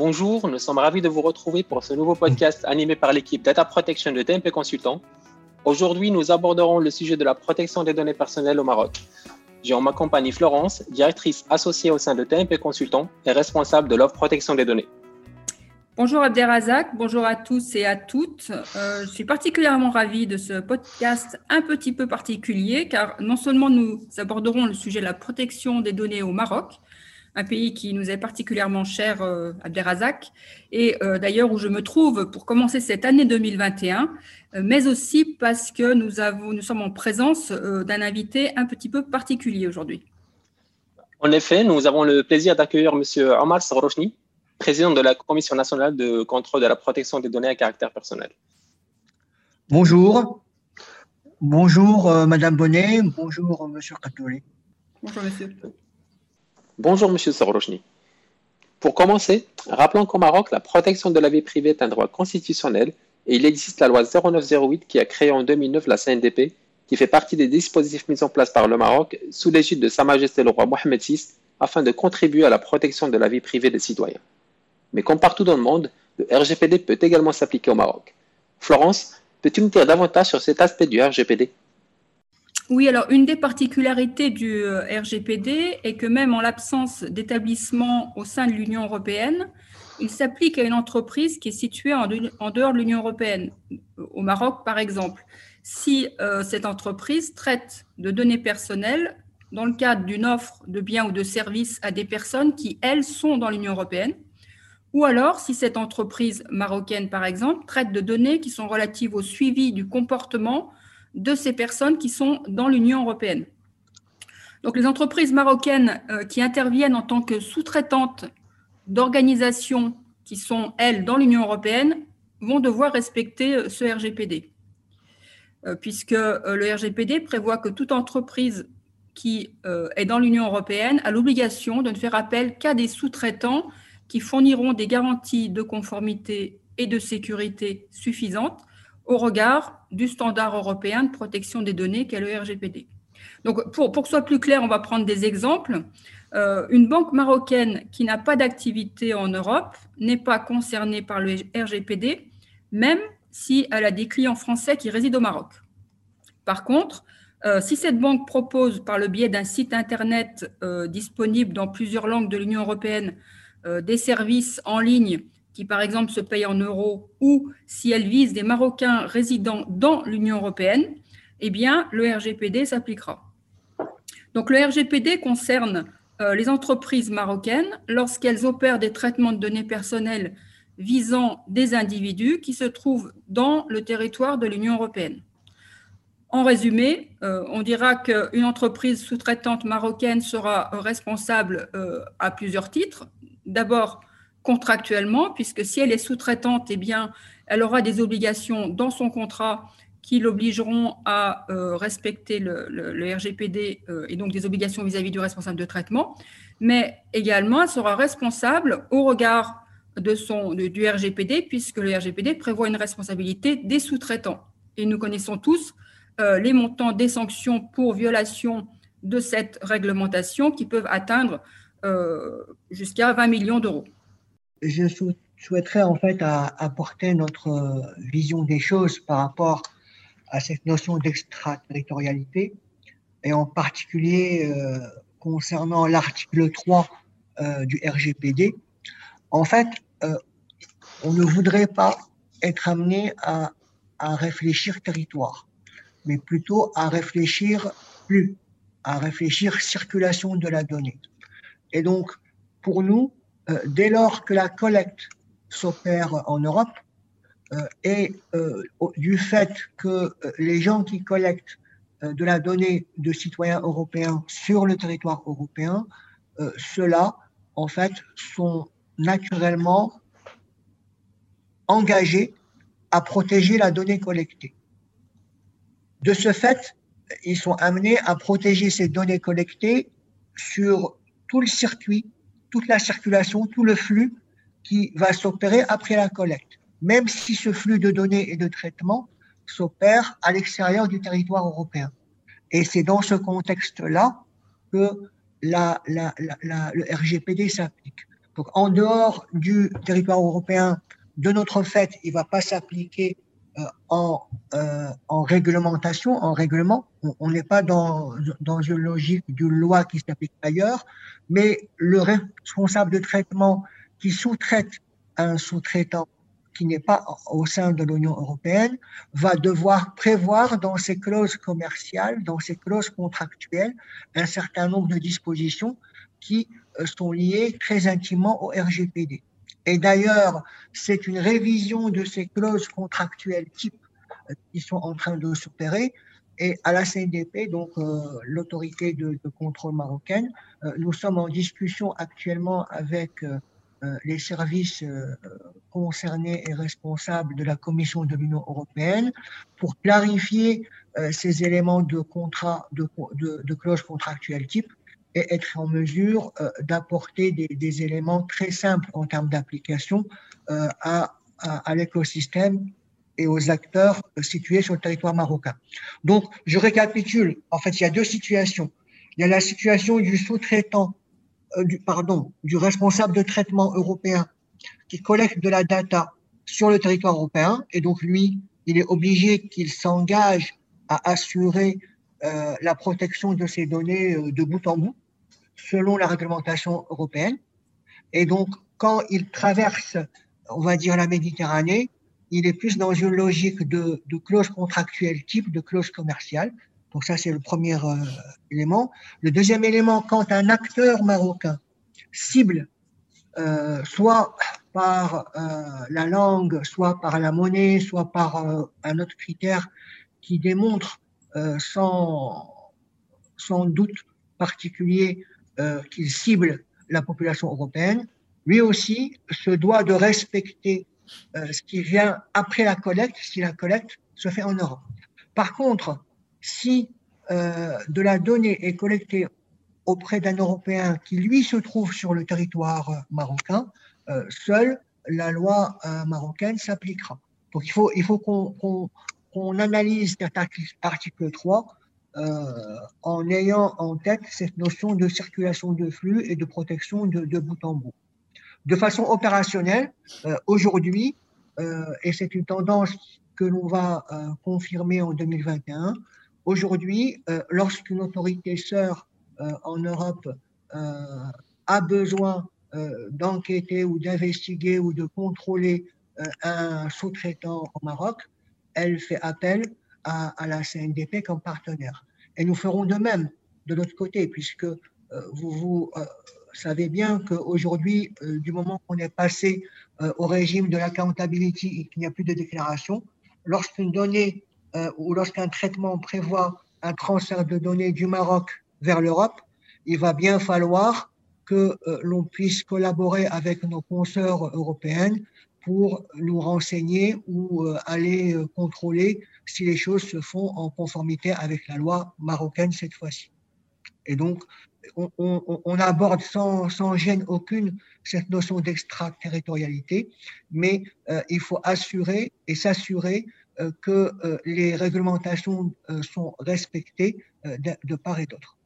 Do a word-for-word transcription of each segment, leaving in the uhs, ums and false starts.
Bonjour, nous sommes ravis de vous retrouver pour ce nouveau podcast animé par l'équipe Data Protection de T M P Consultant. Aujourd'hui, nous aborderons le sujet de la protection des données personnelles au Maroc. J'ai en ma compagnie Florence, directrice associée au sein de T M P Consultant et responsable de l'offre protection des données. Bonjour Abderrazak, bonjour à tous et à toutes. Euh, je suis particulièrement ravie de ce podcast un petit peu particulier car non seulement nous aborderons le sujet de la protection des données au Maroc, un pays qui nous est particulièrement cher, euh, Abderrazak, et euh, d'ailleurs où je me trouve pour commencer cette année deux mille vingt et un, euh, mais aussi parce que nous, avons, nous sommes en présence euh, d'un invité un petit peu particulier aujourd'hui. En effet, nous avons le plaisir d'accueillir M. Omar Sarrochni, président de la Commission nationale de contrôle de la protection des données à caractère personnel. Bonjour. Bonjour, euh, Madame Bonnet. Bonjour, euh, Monsieur Katouli. Bonjour, Monsieur. Bonjour, Monsieur Sarrochni. Pour commencer, rappelons qu'au Maroc, la protection de la vie privée est un droit constitutionnel et il existe la loi zéro neuf zéro huit qui a créé en deux mille neuf la C N D P, qui fait partie des dispositifs mis en place par le Maroc sous l'égide de Sa Majesté le roi Mohamed six afin de contribuer à la protection de la vie privée des citoyens. Mais comme partout dans le monde, le R G P D peut également s'appliquer au Maroc. Florence, peux-tu nous dire davantage sur cet aspect du R G P D ? Oui, alors une des particularités du R G P D est que même en l'absence d'établissement au sein de l'Union européenne, il s'applique à une entreprise qui est située en dehors de l'Union européenne, au Maroc par exemple, si euh, cette entreprise traite de données personnelles dans le cadre d'une offre de biens ou de services à des personnes qui, elles, sont dans l'Union européenne, ou alors si cette entreprise marocaine, par exemple, traite de données qui sont relatives au suivi du comportement de ces personnes qui sont dans l'Union européenne. Donc, les entreprises marocaines euh, qui interviennent en tant que sous-traitantes d'organisations qui sont, elles, dans l'Union européenne, vont devoir respecter ce R G P D, euh, puisque euh, le R G P D prévoit que toute entreprise qui euh, est dans l'Union européenne a l'obligation de ne faire appel qu'à des sous-traitants qui fourniront des garanties de conformité et de sécurité suffisantes au regard du standard européen de protection des données qu'est le R G P D. Donc, pour, pour que ce soit plus clair, on va prendre des exemples. Euh, une banque marocaine qui n'a pas d'activité en Europe n'est pas concernée par le R G P D, même si elle a des clients français qui résident au Maroc. Par contre, euh, si cette banque propose par le biais d'un site Internet euh, disponible dans plusieurs langues de l'Union européenne euh, des services en ligne qui, par exemple, se payent en euros, ou si elle vise des Marocains résidant dans l'Union européenne, eh bien, le R G P D s'appliquera. Donc, le R G P D concerne euh, les entreprises marocaines lorsqu'elles opèrent des traitements de données personnelles visant des individus qui se trouvent dans le territoire de l'Union européenne. En résumé, euh, on dira qu'une entreprise sous-traitante marocaine sera responsable euh, à plusieurs titres. D'abord, contractuellement, puisque si elle est sous-traitante, eh bien, elle aura des obligations dans son contrat qui l'obligeront à euh, respecter le, le, le R G P D euh, et donc des obligations vis-à-vis du responsable de traitement, mais également elle sera responsable au regard de son, de, du R G P D, puisque le R G P D prévoit une responsabilité des sous-traitants. Et nous connaissons tous euh, les montants des sanctions pour violation de cette réglementation qui peuvent atteindre euh, jusqu'à vingt millions d'euros. Je souhaiterais en fait à, apporter notre vision des choses par rapport à cette notion d'extraterritorialité et en particulier euh, concernant l'article trois euh, du R G P D. En fait, euh, on ne voudrait pas être amené à, à réfléchir territoire, mais plutôt à réfléchir flux, à réfléchir circulation de la donnée. Et donc, pour nous, euh, dès lors que la collecte s'opère en Europe, euh, et euh, du fait que euh, les gens qui collectent euh, de la donnée de citoyens européens sur le territoire européen, euh, ceux-là, en fait, sont naturellement engagés à protéger la donnée collectée. De ce fait, ils sont amenés à protéger ces données collectées sur tout le circuit, toute la circulation, tout le flux qui va s'opérer après la collecte, même si ce flux de données et de traitement s'opère à l'extérieur du territoire européen. Et c'est dans ce contexte-là que la, la, la, la, le R G P D s'applique. Donc, en dehors du territoire européen, de notre fait, il ne va pas s'appliquer euh, en, euh, en réglementation, en règlement. On n'est pas dans, dans une logique d'une loi qui s'applique ailleurs, mais le responsable de traitement qui sous-traite un sous-traitant qui n'est pas au sein de l'Union européenne va devoir prévoir dans ses clauses commerciales, dans ses clauses contractuelles, un certain nombre de dispositions qui sont liées très intimement au R G P D. Et d'ailleurs, c'est une révision de ces clauses contractuelles type qui sont en train de s'opérer. Et à la C N D P, donc euh, l'autorité de, de contrôle marocaine, euh, nous sommes en discussion actuellement avec euh, les services euh, concernés et responsables de la Commission de l'Union européenne pour clarifier euh, ces éléments de contrat, de, de, de clauses contractuelles type et être en mesure euh, d'apporter des, des éléments très simples en termes d'application euh, à, à, à l'écosystème et aux acteurs situés sur le territoire marocain. Donc, je récapitule. En fait, il y a deux situations. Il y a la situation du sous-traitant, euh, du, pardon, du responsable de traitement européen qui collecte de la data sur le territoire européen. Et donc, lui, il est obligé qu'il s'engage à assurer euh, la protection de ces données euh, de bout en bout, selon la réglementation européenne. Et donc, quand il traverse, on va dire, la Méditerranée, il est plus dans une logique de, de clause contractuelle type de clause commerciale. Donc ça, c'est le premier euh, élément. Le deuxième élément, quand un acteur marocain cible, euh, soit par euh, la langue, soit par la monnaie, soit par euh, un autre critère qui démontre euh, sans, sans doute particulier euh, qu'il cible la population européenne, lui aussi se doit de respecter Euh, ce qui vient après la collecte, si la collecte se fait en Europe. Par contre, si euh, de la donnée est collectée auprès d'un Européen qui, lui, se trouve sur le territoire marocain, euh, seule la loi euh, marocaine s'appliquera. Donc, il faut, il faut qu'on qu'on, qu'on analyse cet article trois euh, en ayant en tête cette notion de circulation de flux et de protection de, de bout en bout. De façon opérationnelle, euh, aujourd'hui, euh, et c'est une tendance que l'on va euh, confirmer en deux mille vingt et un, aujourd'hui, euh, lorsqu'une autorité sœur euh, en Europe euh, a besoin euh, d'enquêter ou d'investiguer ou de contrôler euh, un sous-traitant au Maroc, elle fait appel à, à la C N D P comme partenaire. Et nous ferons de même de l'autre côté, puisque euh, vous vous... Euh, savez bien qu'aujourd'hui, euh, du moment qu'on est passé euh, au régime de l'accountability et qu'il n'y a plus de déclaration, lorsqu'une donnée euh, ou lorsqu'un traitement prévoit un transfert de données du Maroc vers l'Europe, il va bien falloir que euh, l'on puisse collaborer avec nos consoeurs européennes pour nous renseigner ou euh, aller euh, contrôler si les choses se font en conformité avec la loi marocaine cette fois-ci. Et donc, on, on, on aborde sans, sans gêne aucune cette notion d'extraterritorialité, mais euh, il faut assurer et s'assurer euh, que euh, les réglementations euh, sont respectées euh, de, de part et d'autre.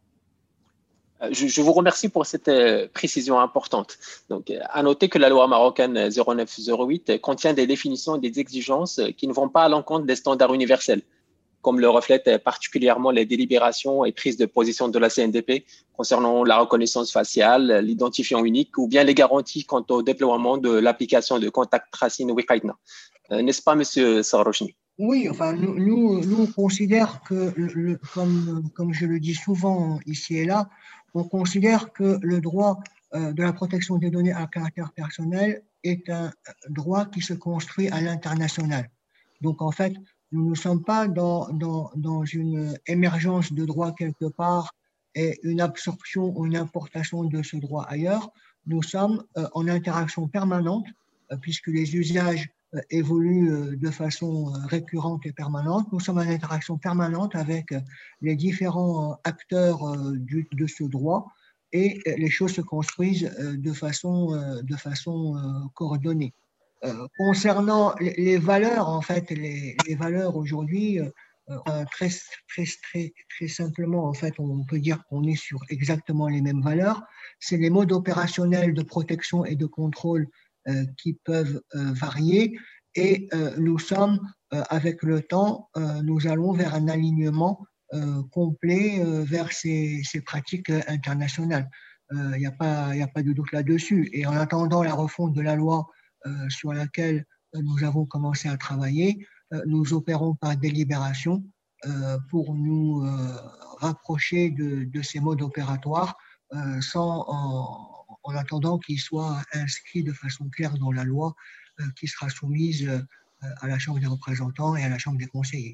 Je, je vous remercie pour cette euh, précision importante. Donc, à noter que la loi marocaine zéro neuf zéro huit contient des définitions et des exigences qui ne vont pas à l'encontre des standards universels, comme le reflètent particulièrement les délibérations et prises de position de la C N D P concernant la reconnaissance faciale, l'identifiant unique ou bien les garanties quant au déploiement de l'application de contact tracing Wiqaitna. Euh, n'est-ce pas, Monsieur Sarrochni? Oui, enfin, nous, nous, nous on considère que, le, comme, comme je le dis souvent ici et là, on considère que le droit euh, de la protection des données à caractère personnel est un droit qui se construit à l'international. Donc, en fait, nous ne sommes pas dans, dans, dans une émergence de droit quelque part et une absorption ou une importation de ce droit ailleurs. Nous sommes euh, en interaction permanente euh, puisque les usages euh, évoluent euh, de façon euh, récurrente et permanente. Nous sommes en interaction permanente avec euh, les différents acteurs euh, du, de ce droit et euh, les choses se construisent euh, de façon, euh, de façon euh, coordonnée. Euh, concernant les, les valeurs, en fait, les, les valeurs aujourd'hui, euh, Euh, très, très, très, très simplement, en fait, on peut dire qu'on est sur exactement les mêmes valeurs. C'est les modes opérationnels de protection et de contrôle euh, qui peuvent euh, varier. Et euh, nous sommes, euh, avec le temps, euh, nous allons vers un alignement euh, complet euh, vers ces, ces pratiques euh, internationales. Il euh, n'y a pas, y a pas de doute là-dessus. Et en attendant la refonte de la loi euh, sur laquelle nous avons commencé à travailler, euh, nous opérons par délibération euh, pour nous euh, rapprocher de, de ces modes opératoires euh, sans, en, en attendant qu'ils soient inscrits de façon claire dans la loi euh, qui sera soumise euh, à la Chambre des représentants et à la Chambre des conseillers.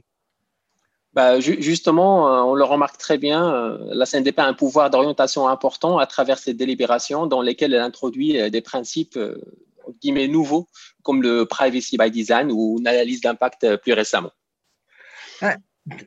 Bah, ju justement, euh, on le remarque très bien, euh, la C N D P a un pouvoir d'orientation important à travers ses délibérations dans lesquelles elle introduit euh, des principes euh, guillemets nouveaux comme le privacy by design ou une analyse d'impact euh, plus récemment. Ah,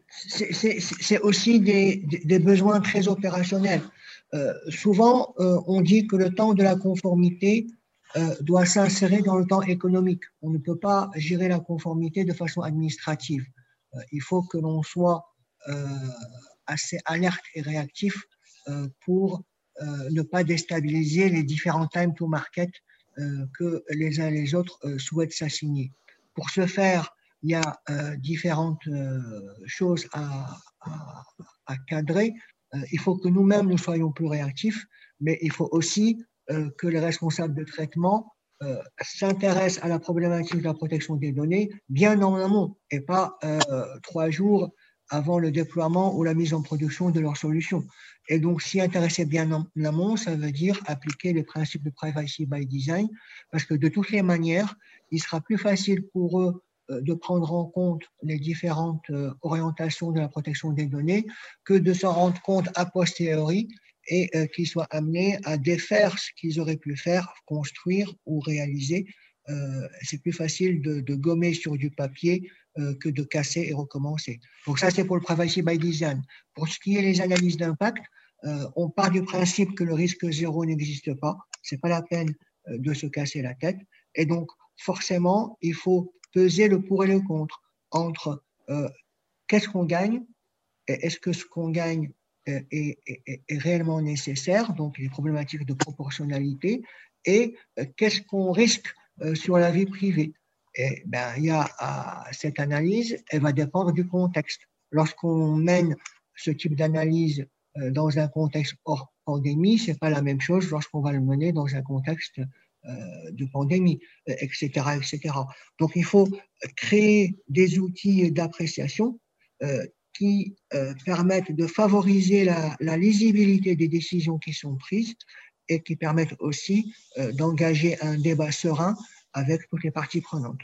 c'est aussi des, des, besoins très opérationnels. Euh, souvent, euh, on dit que le temps de la conformité euh, doit s'insérer dans le temps économique. On ne peut pas gérer la conformité de façon administrative. Euh, il faut que l'on soit euh, assez alerte et réactif euh, pour euh, ne pas déstabiliser les différents time to market euh, que les uns et les autres euh, souhaitent s'assigner. Pour ce faire, il y a euh, différentes euh, choses à, à, à cadrer. Euh, il faut que nous-mêmes, nous soyons plus réactifs, mais il faut aussi euh, que les responsables de traitement euh, s'intéressent à la problématique de la protection des données bien en amont et pas euh, trois jours avant le déploiement ou la mise en production de leur solution. Et donc, s'y intéresser bien en amont, ça veut dire appliquer les principes de privacy by design, parce que de toutes les manières, il sera plus facile pour eux de prendre en compte les différentes euh, orientations de la protection des données que de s'en rendre compte a posteriori et euh, qu'ils soient amenés à défaire ce qu'ils auraient pu faire, construire ou réaliser. Euh, c'est plus facile de, de gommer sur du papier euh, que de casser et recommencer. Donc ça, c'est pour le privacy by design. Pour ce qui est des analyses d'impact, euh, on part du principe que le risque zéro n'existe pas. C'est pas la peine euh, de se casser la tête. Et donc, forcément, il faut peser le pour et le contre entre euh, qu'est-ce qu'on gagne et est-ce que ce qu'on gagne est, est, est, est réellement nécessaire, donc les problématiques de proportionnalité, et euh, qu'est-ce qu'on risque euh, sur la vie privée. Et ben, il y a euh, cette analyse, elle va dépendre du contexte. Lorsqu'on mène ce type d'analyse euh, dans un contexte hors pandémie, c'est pas la même chose lorsqu'on va le mener dans un contexte Euh, de pandémie, et cetera, et cetera. Donc, il faut créer des outils d'appréciation euh, qui euh, permettent de favoriser la, la lisibilité des décisions qui sont prises et qui permettent aussi euh, d'engager un débat serein avec toutes les parties prenantes.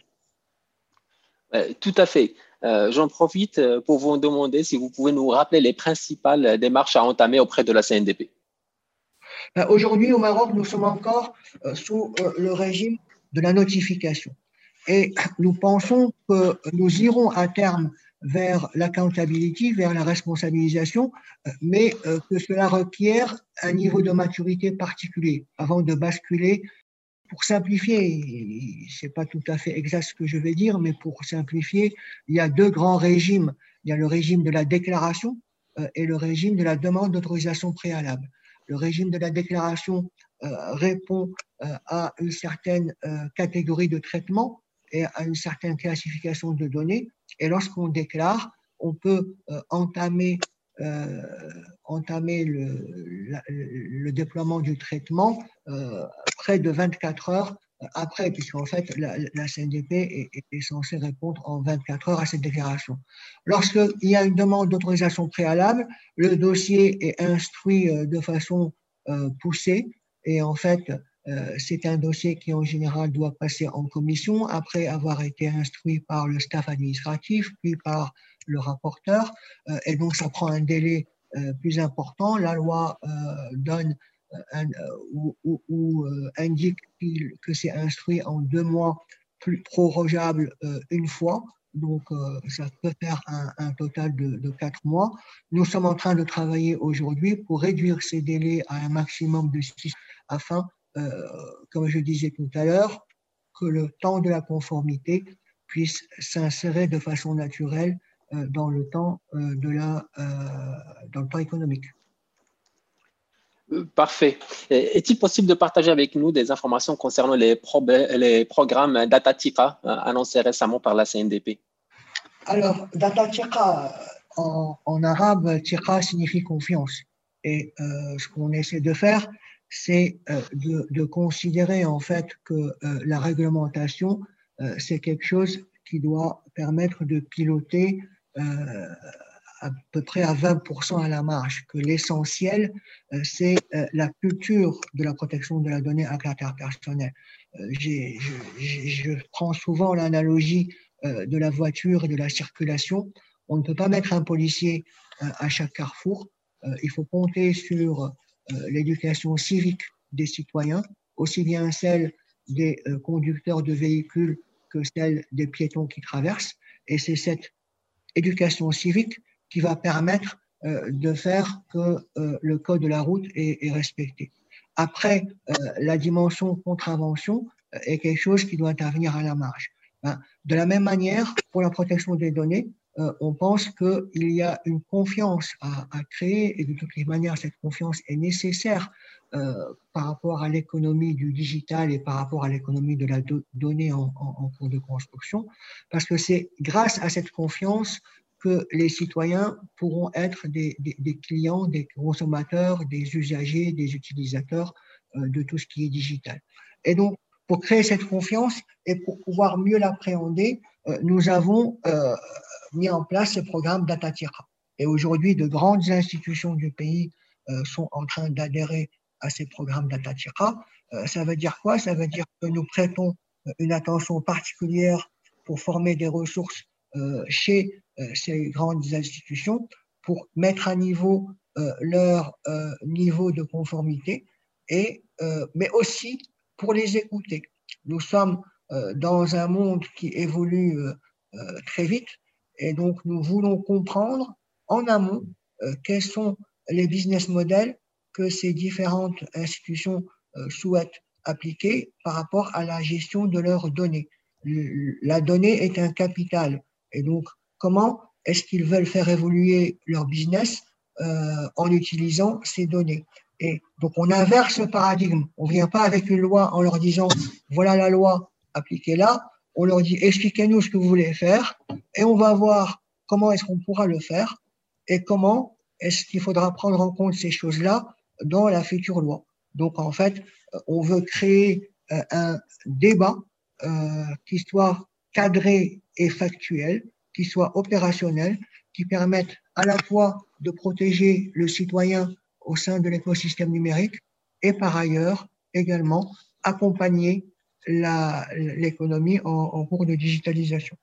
Euh, tout à fait. Euh, J'en profite pour vous demander si vous pouvez nous rappeler les principales démarches à entamer auprès de la C N D P. Aujourd'hui, au Maroc, nous sommes encore euh, sous euh, le régime de la notification. Et nous pensons que nous irons à terme vers l'accountability, vers la responsabilisation, mais euh, que cela requiert un niveau de maturité particulier avant de basculer. Pour simplifier, c'est pas tout à fait exact ce que je vais dire, mais pour simplifier, il y a deux grands régimes. Il y a le régime de la déclaration euh, et le régime de la demande d'autorisation préalable. Le régime de la déclaration euh, répond euh, à une certaine euh, catégorie de traitement et à une certaine classification de données. Et lorsqu'on déclare, on peut euh, entamer, euh, entamer le, la, le déploiement du traitement euh, près de vingt-quatre heures après, puisqu'en fait, la, la C N D P est, est censée répondre en vingt-quatre heures à cette déclaration. Lorsqu'il y a une demande d'autorisation préalable, le dossier est instruit de façon euh, poussée et en fait, euh, c'est un dossier qui en général doit passer en commission après avoir été instruit par le staff administratif, puis par le rapporteur, euh, et donc ça prend un délai euh, plus important. La loi euh, donne un, ou, ou, ou euh, indique que c'est instruit en deux mois, plus prorogeable euh, une fois. Donc, euh, ça peut faire un, un total de, de quatre mois. Nous sommes en train de travailler aujourd'hui pour réduire ces délais à un maximum de six afin, euh, comme je disais tout à l'heure, que le temps de la conformité puisse s'insérer de façon naturelle euh, dans le temps euh, de la, euh, dans le temps économique. Parfait. Est-il possible de partager avec nous des informations concernant les, pro les programmes Datatika annoncés récemment par la C N D P? Alors, Datatika, en, en arabe, Tika signifie confiance. Et euh, ce qu'on essaie de faire, c'est euh, de, de considérer en fait que euh, la réglementation, euh, c'est quelque chose qui doit permettre de piloter euh, à peu près à vingt pour cent à la marge, que l'essentiel, euh, c'est euh, la culture de la protection de la donnée à caractère personnel. Euh, j'ai, je, je prends souvent l'analogie euh, de la voiture et de la circulation. On ne peut pas mettre un policier euh, à chaque carrefour. Euh, il faut compter sur euh, l'éducation civique des citoyens, aussi bien celle des euh, conducteurs de véhicules que celle des piétons qui traversent. Et c'est cette éducation civique qui va permettre euh, de faire que euh, le code de la route est, est respecté. Après, euh, la dimension contravention euh, est quelque chose qui doit intervenir à la marge. Hein. De la même manière, pour la protection des données, euh, on pense qu'il y a une confiance à, à créer et de toutes les manières, cette confiance est nécessaire euh, par rapport à l'économie du digital et par rapport à l'économie de la do donnée en, en, en cours de construction, parce que c'est grâce à cette confiance que les citoyens pourront être des, des, des clients, des consommateurs, des usagers, des utilisateurs euh, de tout ce qui est digital. Et donc, pour créer cette confiance et pour pouvoir mieux l'appréhender, euh, nous avons euh, mis en place ce programme Datatika. Et aujourd'hui, de grandes institutions du pays euh, sont en train d'adhérer à ces programmes Datatika. Euh, ça veut dire quoi? Ça veut dire que nous prêtons une attention particulière pour former des ressources euh, chez euh, ces grandes institutions pour mettre à niveau euh, leur euh, niveau de conformité, et, euh, mais aussi pour les écouter. Nous sommes euh, dans un monde qui évolue euh, euh, très vite, et donc nous voulons comprendre en amont euh, quels sont les business models que ces différentes institutions euh, souhaitent appliquer par rapport à la gestion de leurs données. La donnée est un capital, et donc comment est-ce qu'ils veulent faire évoluer leur business euh, en utilisant ces données. Et donc on inverse le paradigme, on ne vient pas avec une loi en leur disant voilà la loi, appliquez-la, on leur dit expliquez-nous ce que vous voulez faire et on va voir comment est-ce qu'on pourra le faire et comment est-ce qu'il faudra prendre en compte ces choses-là dans la future loi. Donc en fait, on veut créer euh, un débat euh, qui soit cadré et factuel, qui soit opérationnel, qui permette à la fois de protéger le citoyen au sein de l'écosystème numérique et par ailleurs également accompagner l'économie en, en cours de digitalisation.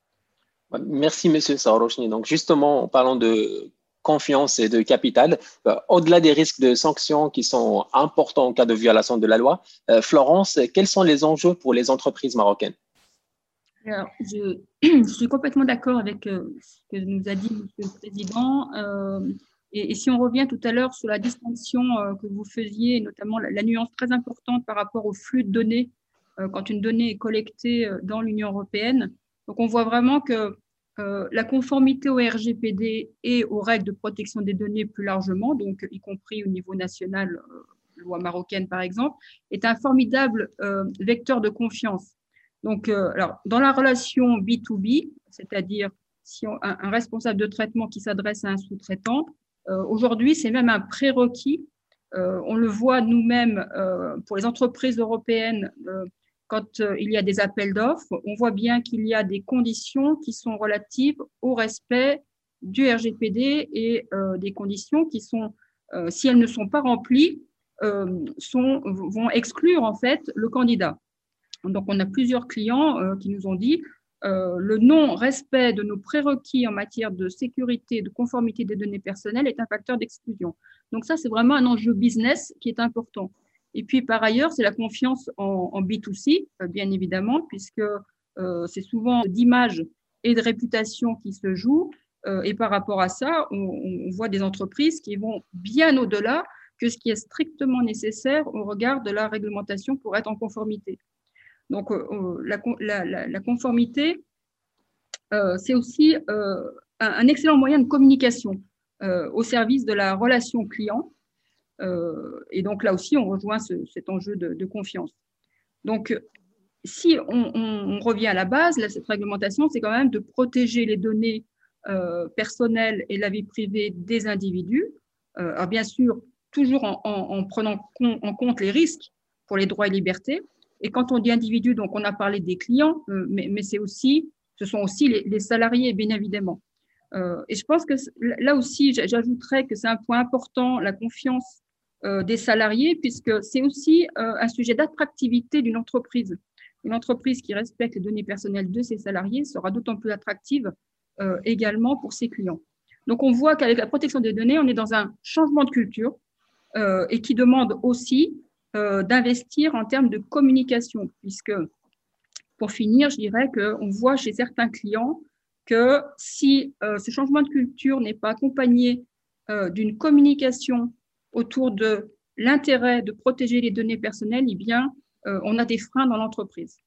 Merci, Monsieur Sarochny. Donc, justement, en parlant de confiance et de capital, euh, au-delà des risques de sanctions qui sont importants en cas de violation de la loi, euh, Florence, quels sont les enjeux pour les entreprises marocaines? Alors, je, je suis complètement d'accord avec euh, ce que nous a dit M. le Président. Euh, et, et si on revient tout à l'heure sur la distinction euh, que vous faisiez, notamment la, la nuance très importante par rapport au flux de données, euh, quand une donnée est collectée dans l'Union européenne, donc on voit vraiment que euh, la conformité au R G P D et aux règles de protection des données plus largement, donc y compris au niveau national, euh, loi marocaine par exemple, est un formidable euh, vecteur de confiance. Donc, euh, alors, dans la relation B deux B, c'est-à-dire si on, un, un responsable de traitement qui s'adresse à un sous-traitant, euh, aujourd'hui, c'est même un prérequis. Euh, on le voit nous-mêmes euh, pour les entreprises européennes, euh, quand euh, il y a des appels d'offres, on voit bien qu'il y a des conditions qui sont relatives au respect du R G P D et euh, des conditions qui sont, euh, si elles ne sont pas remplies, euh, sont, vont exclure en fait le candidat. Donc, on a plusieurs clients euh, qui nous ont dit euh, le non-respect de nos prérequis en matière de sécurité, de conformité des données personnelles est un facteur d'exclusion. Donc, ça, c'est vraiment un enjeu business qui est important. Et puis, par ailleurs, c'est la confiance en, en B deux C, euh, bien évidemment, puisque euh, c'est souvent d'image et de réputation qui se jouent. Euh, et par rapport à ça, on, on voit des entreprises qui vont bien au-delà que ce qui est strictement nécessaire au regard de la réglementation pour être en conformité. Donc, euh, la, la, la conformité, euh, c'est aussi euh, un, un excellent moyen de communication euh, au service de la relation client. Euh, et donc là aussi, on rejoint ce, cet enjeu de, de confiance. Donc, si on, on, on revient à la base, là, cette réglementation, c'est quand même de protéger les données euh, personnelles et la vie privée des individus. Euh, alors bien sûr, toujours en, en, en prenant con, en compte les risques pour les droits et libertés. Et quand on dit individus, donc on a parlé des clients, euh, mais, mais c'est aussi, ce sont aussi les, les salariés, bien évidemment. Euh, et je pense que là aussi, j'ajouterais que c'est un point important, la confiance euh, des salariés, puisque c'est aussi euh, un sujet d'attractivité d'une entreprise. Une entreprise qui respecte les données personnelles de ses salariés sera d'autant plus attractive euh, également pour ses clients. Donc, on voit qu'avec la protection des données, on est dans un changement de culture euh, et qui demande aussi euh, d'investir en termes de communication, puisque, pour finir, je dirais qu'on voit chez certains clients que si euh, ce changement de culture n'est pas accompagné euh, d'une communication autour de l'intérêt de protéger les données personnelles, eh bien, euh, on a des freins dans l'entreprise.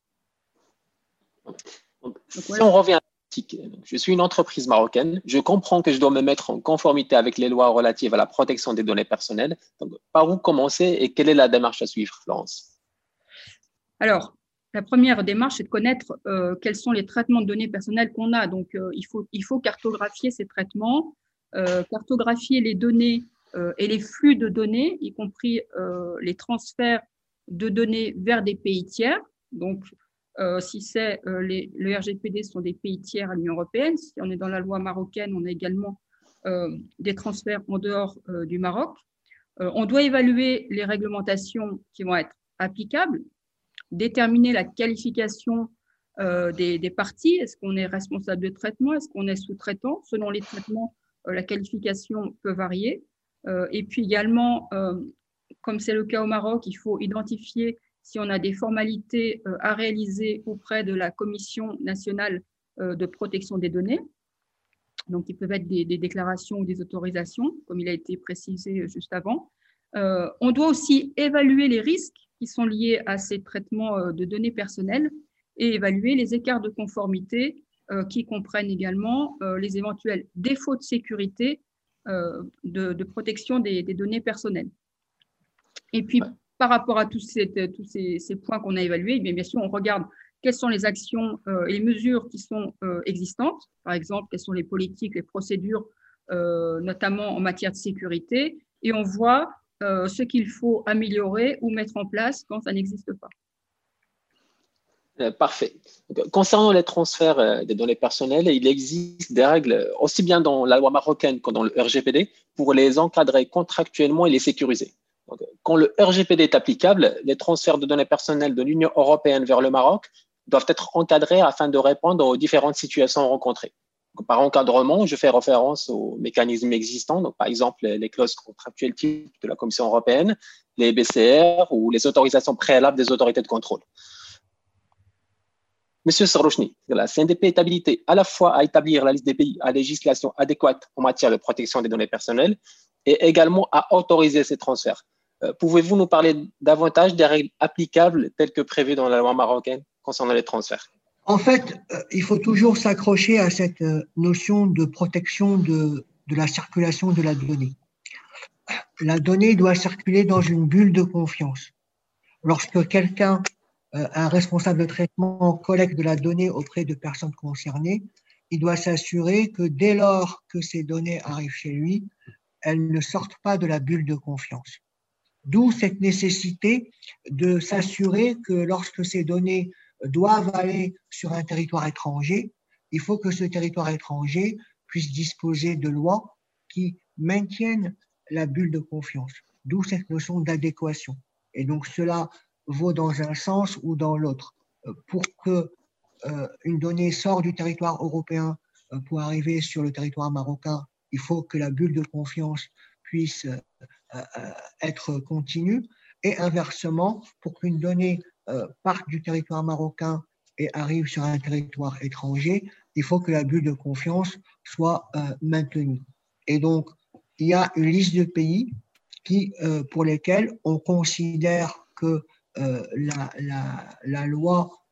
Si voilà. On revient à la pratique, je suis une entreprise marocaine, je comprends que je dois me mettre en conformité avec les lois relatives à la protection des données personnelles. Donc, par où commencer et quelle est la démarche à suivre, Florence? Alors, la première démarche, c'est de connaître euh, quels sont les traitements de données personnelles qu'on a. Donc, euh, il, faut, il faut cartographier ces traitements, euh, cartographier les données euh, et les flux de données, y compris euh, les transferts de données vers des pays tiers. Donc, euh, si c'est euh, les, le R G P D sont des pays tiers à l'Union européenne, si on est dans la loi marocaine, on a également euh, des transferts en dehors euh, du Maroc. Euh, on doit évaluer les réglementations qui vont être applicables, déterminer la qualification euh, des, des parties. Est-ce qu'on est responsable de traitement? Est-ce qu'on est sous-traitant? Selon les traitements, euh, la qualification peut varier. Euh, et puis également, euh, comme c'est le cas au Maroc, il faut identifier si on a des formalités euh, à réaliser auprès de la Commission nationale euh, de protection des données. Donc, ils peuvent être des, des déclarations ou des autorisations, comme il a été précisé juste avant. Euh, on doit aussi évaluer les risques qui sont liés à ces traitements de données personnelles et évaluer les écarts de conformité euh, qui comprennent également euh, les éventuels défauts de sécurité euh, de, de protection des, des données personnelles. Et puis, par rapport à tous ces, tous ces, ces points qu'on a évalués, bien, bien sûr, on regarde quelles sont les actions euh, et les mesures qui sont euh, existantes. Par exemple, quelles sont les politiques, les procédures, euh, notamment en matière de sécurité. Et on voit euh, ce qu'il faut améliorer ou mettre en place quand ça n'existe pas. Euh, parfait. Donc, concernant les transferts euh, des données personnelles, il existe des règles aussi bien dans la loi marocaine que dans le R G P D pour les encadrer contractuellement et les sécuriser. Donc, quand le R G P D est applicable, les transferts de données personnelles de l'Union européenne vers le Maroc doivent être encadrés afin de répondre aux différentes situations rencontrées. Donc, par encadrement, je fais référence aux mécanismes existants, donc par exemple les clauses contractuelles type de la Commission européenne, les B C R ou les autorisations préalables des autorités de contrôle. Monsieur Sarrochni, la C N D P est habilitée à la fois à établir la liste des pays à législation adéquate en matière de protection des données personnelles et également à autoriser ces transferts. Euh, Pouvez-vous nous parler davantage des règles applicables telles que prévues dans la loi marocaine concernant les transferts? En fait, euh, il faut toujours s'accrocher à cette euh, notion de protection de, de la circulation de la donnée. La donnée doit circuler dans une bulle de confiance. Lorsque quelqu'un, euh, un responsable de traitement, collecte de la donnée auprès de personnes concernées, il doit s'assurer que dès lors que ces données arrivent chez lui, elles ne sortent pas de la bulle de confiance. D'où cette nécessité de s'assurer que lorsque ces données doivent aller sur un territoire étranger, il faut que ce territoire étranger puisse disposer de lois qui maintiennent la bulle de confiance. D'où cette notion d'adéquation. Et donc cela vaut dans un sens ou dans l'autre. Pour que euh, une donnée sorte du territoire européen euh, pour arriver sur le territoire marocain, il faut que la bulle de confiance puisse euh, être continue, et inversement, pour qu'une donnée euh, parte du territoire marocain et arrive sur un territoire étranger, il faut que la bulle de confiance soit euh, maintenue. Et donc, il y a une liste de pays qui, euh, pour lesquels on considère que euh, la, la, la loi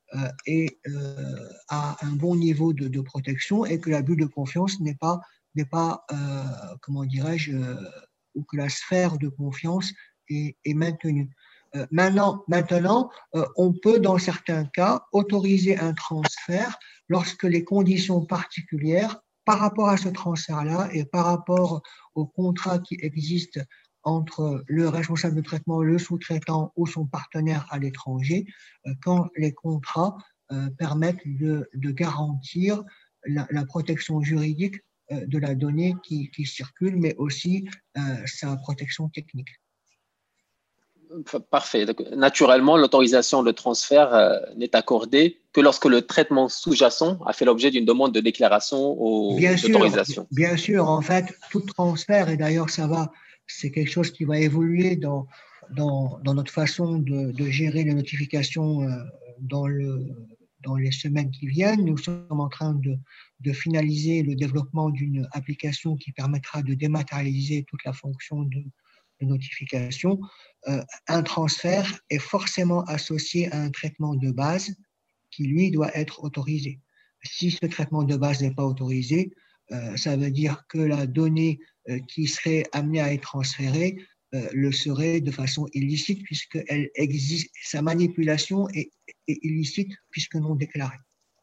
euh, et euh, a un bon niveau de, de protection et que l'abus de confiance n'est pas, n'est pas euh, comment dirais-je, euh, ou que la sphère de confiance est, est maintenue. Euh, maintenant, maintenant euh, on peut, dans certains cas, autoriser un transfert lorsque les conditions particulières par rapport à ce transfert-là et par rapport au contrat qui existe entre le responsable de traitement, le sous-traitant ou son partenaire à l'étranger, euh, quand les contrats euh, permettent de, de garantir la, la protection juridique euh, de la donnée qui, qui circule, mais aussi euh, sa protection technique. Parfait. Donc, naturellement, l'autorisation de transfert euh, n'est accordée que lorsque le traitement sous-jacent a fait l'objet d'une demande de déclaration ou d'autorisation. Bien sûr, en fait, tout transfert, et d'ailleurs, ça va, c'est quelque chose qui va évoluer dans, dans, dans notre façon de, de gérer les notifications euh, dans, le, dans les semaines qui viennent. Nous sommes en train de, de finaliser le développement d'une application qui permettra de dématérialiser toute la fonction de, de notification. Euh, un transfert est forcément associé à un traitement de base qui, lui, doit être autorisé. Si ce traitement de base n'est pas autorisé, euh, ça veut dire que la donnée euh, qui serait amenée à être transférée euh, le serait de façon illicite puisqu'elle existe, sa manipulation est, est illicite puisque non déclarée.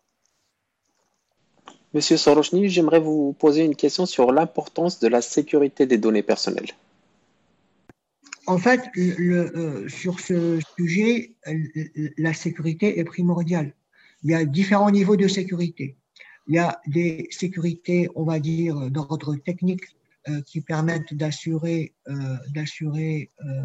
Monsieur Sorochny, j'aimerais vous poser une question sur l'importance de la sécurité des données personnelles. En fait, le, euh, sur ce sujet, la sécurité est primordiale. Il y a différents niveaux de sécurité. Il y a des sécurités, on va dire, d'ordre technique euh, qui permettent d'assurer euh, d'assurer euh,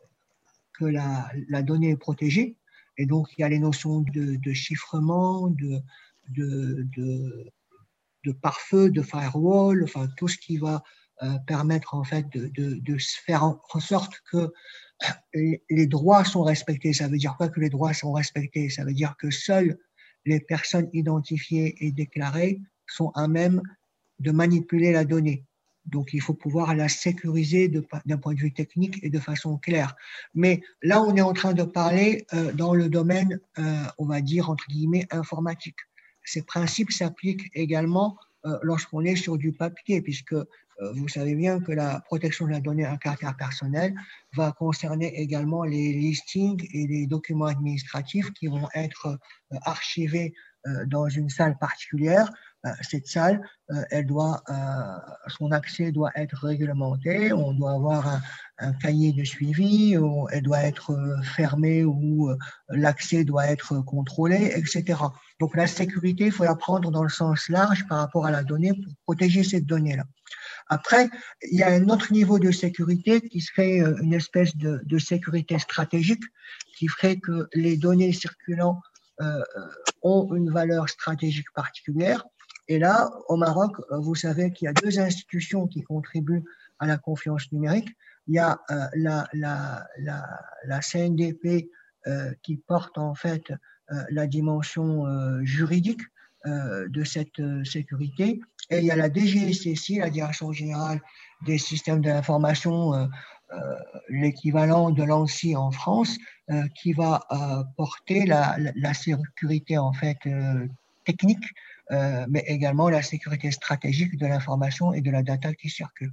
que la, la donnée est protégée. Et donc, il y a les notions de, de chiffrement, de, de, de, de pare-feu, de firewall, enfin, tout ce qui va euh, permettre, en fait, de, de, de se faire en, en sorte que les droits sont respectés. Ça veut dire quoi que les droits sont respectés? Ça veut dire que seules les personnes identifiées et déclarées sont à même de manipuler la donnée. Donc, il faut pouvoir la sécuriser d'un point de vue technique et de façon claire. Mais là, on est en train de parler euh, dans le domaine, euh, on va dire, entre guillemets, informatique. Ces principes s'appliquent également euh, lorsqu'on est sur du papier, puisque euh, vous savez bien que la protection de la donnée à caractère personnel va concerner également les listings et les documents administratifs qui vont être euh, archivés euh, dans une salle particulière. Euh, cette salle, euh, elle doit, euh, son accès doit être réglementé, on doit avoir un, un cahier de suivi, ou elle doit être euh, fermée ou euh, l'accès doit être contrôlé, et cetera. Donc la sécurité, il faut la prendre dans le sens large par rapport à la donnée pour protéger cette donnée-là. Après, il y a un autre niveau de sécurité qui serait une espèce de, de sécurité stratégique qui ferait que les données circulant euh, ont une valeur stratégique particulière. Et là, au Maroc, vous savez qu'il y a deux institutions qui contribuent à la confiance numérique. Il y a euh, la, la, la, la C N D P euh, qui porte en fait euh, la dimension euh, juridique euh, de cette euh, sécurité. Et il y a la D G S S I, la Direction générale des systèmes de l'information, euh, euh, l'équivalent de l'ANSSI en France, euh, qui va euh, porter la, la, la sécurité en fait euh, technique, euh, mais également la sécurité stratégique de l'information et de la data qui circule.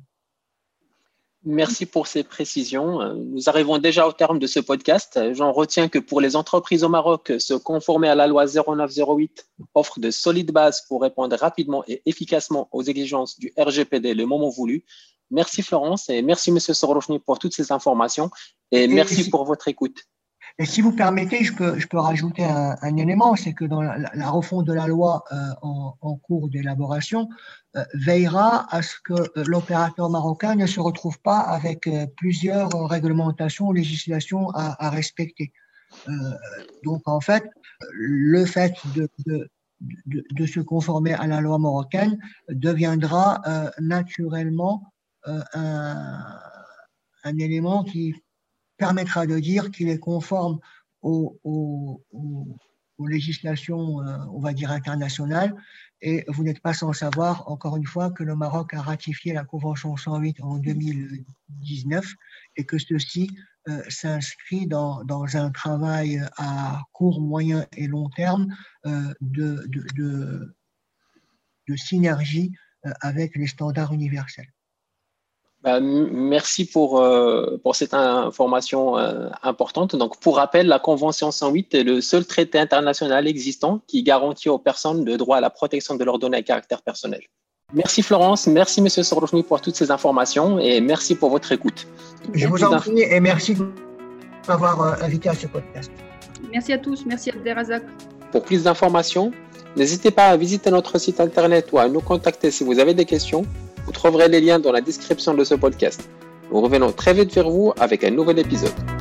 Merci pour ces précisions. Nous arrivons déjà au terme de ce podcast. J'en retiens que pour les entreprises au Maroc, se conformer à la loi zéro neuf zéro huit offre de solides bases pour répondre rapidement et efficacement aux exigences du R G P D le moment voulu. Merci Florence et merci Monsieur Sorochny pour toutes ces informations et, et merci si, pour votre écoute. Et si vous permettez, je peux, je peux rajouter un, un élément, c'est que dans la, la refonte de la loi euh, en, en cours d'élaboration euh, veillera à ce que euh, l'opérateur marocain ne se retrouve pas avec euh, plusieurs réglementations, législations à, à respecter. Euh, donc en fait, le fait de, de De, de se conformer à la loi marocaine deviendra euh, naturellement euh, un, un élément qui permettra de dire qu'il est conforme au, au, au, aux législations, euh, on va dire, internationales. Et vous n'êtes pas sans savoir, encore une fois, que le Maroc a ratifié la Convention cent huit en deux mille dix-neuf et que ceci euh, s'inscrit dans, dans un travail à court, moyen et long terme euh, de, de, de, de synergie euh, avec les standards universels. Ben, merci pour, euh, pour cette information euh, importante. Donc, pour rappel, la Convention cent huit est le seul traité international existant qui garantit aux personnes le droit à la protection de leurs données à caractère personnel. Merci Florence, merci Monsieur Sorochny pour toutes ces informations et merci pour votre écoute. Je vous en prie et merci de m'avoir euh, invité à ce podcast. Merci à tous, merci Abderrazak. Pour plus d'informations, n'hésitez pas à visiter notre site internet ou à nous contacter si vous avez des questions. Vous trouverez les liens dans la description de ce podcast. Nous revenons très vite vers vous avec un nouvel épisode.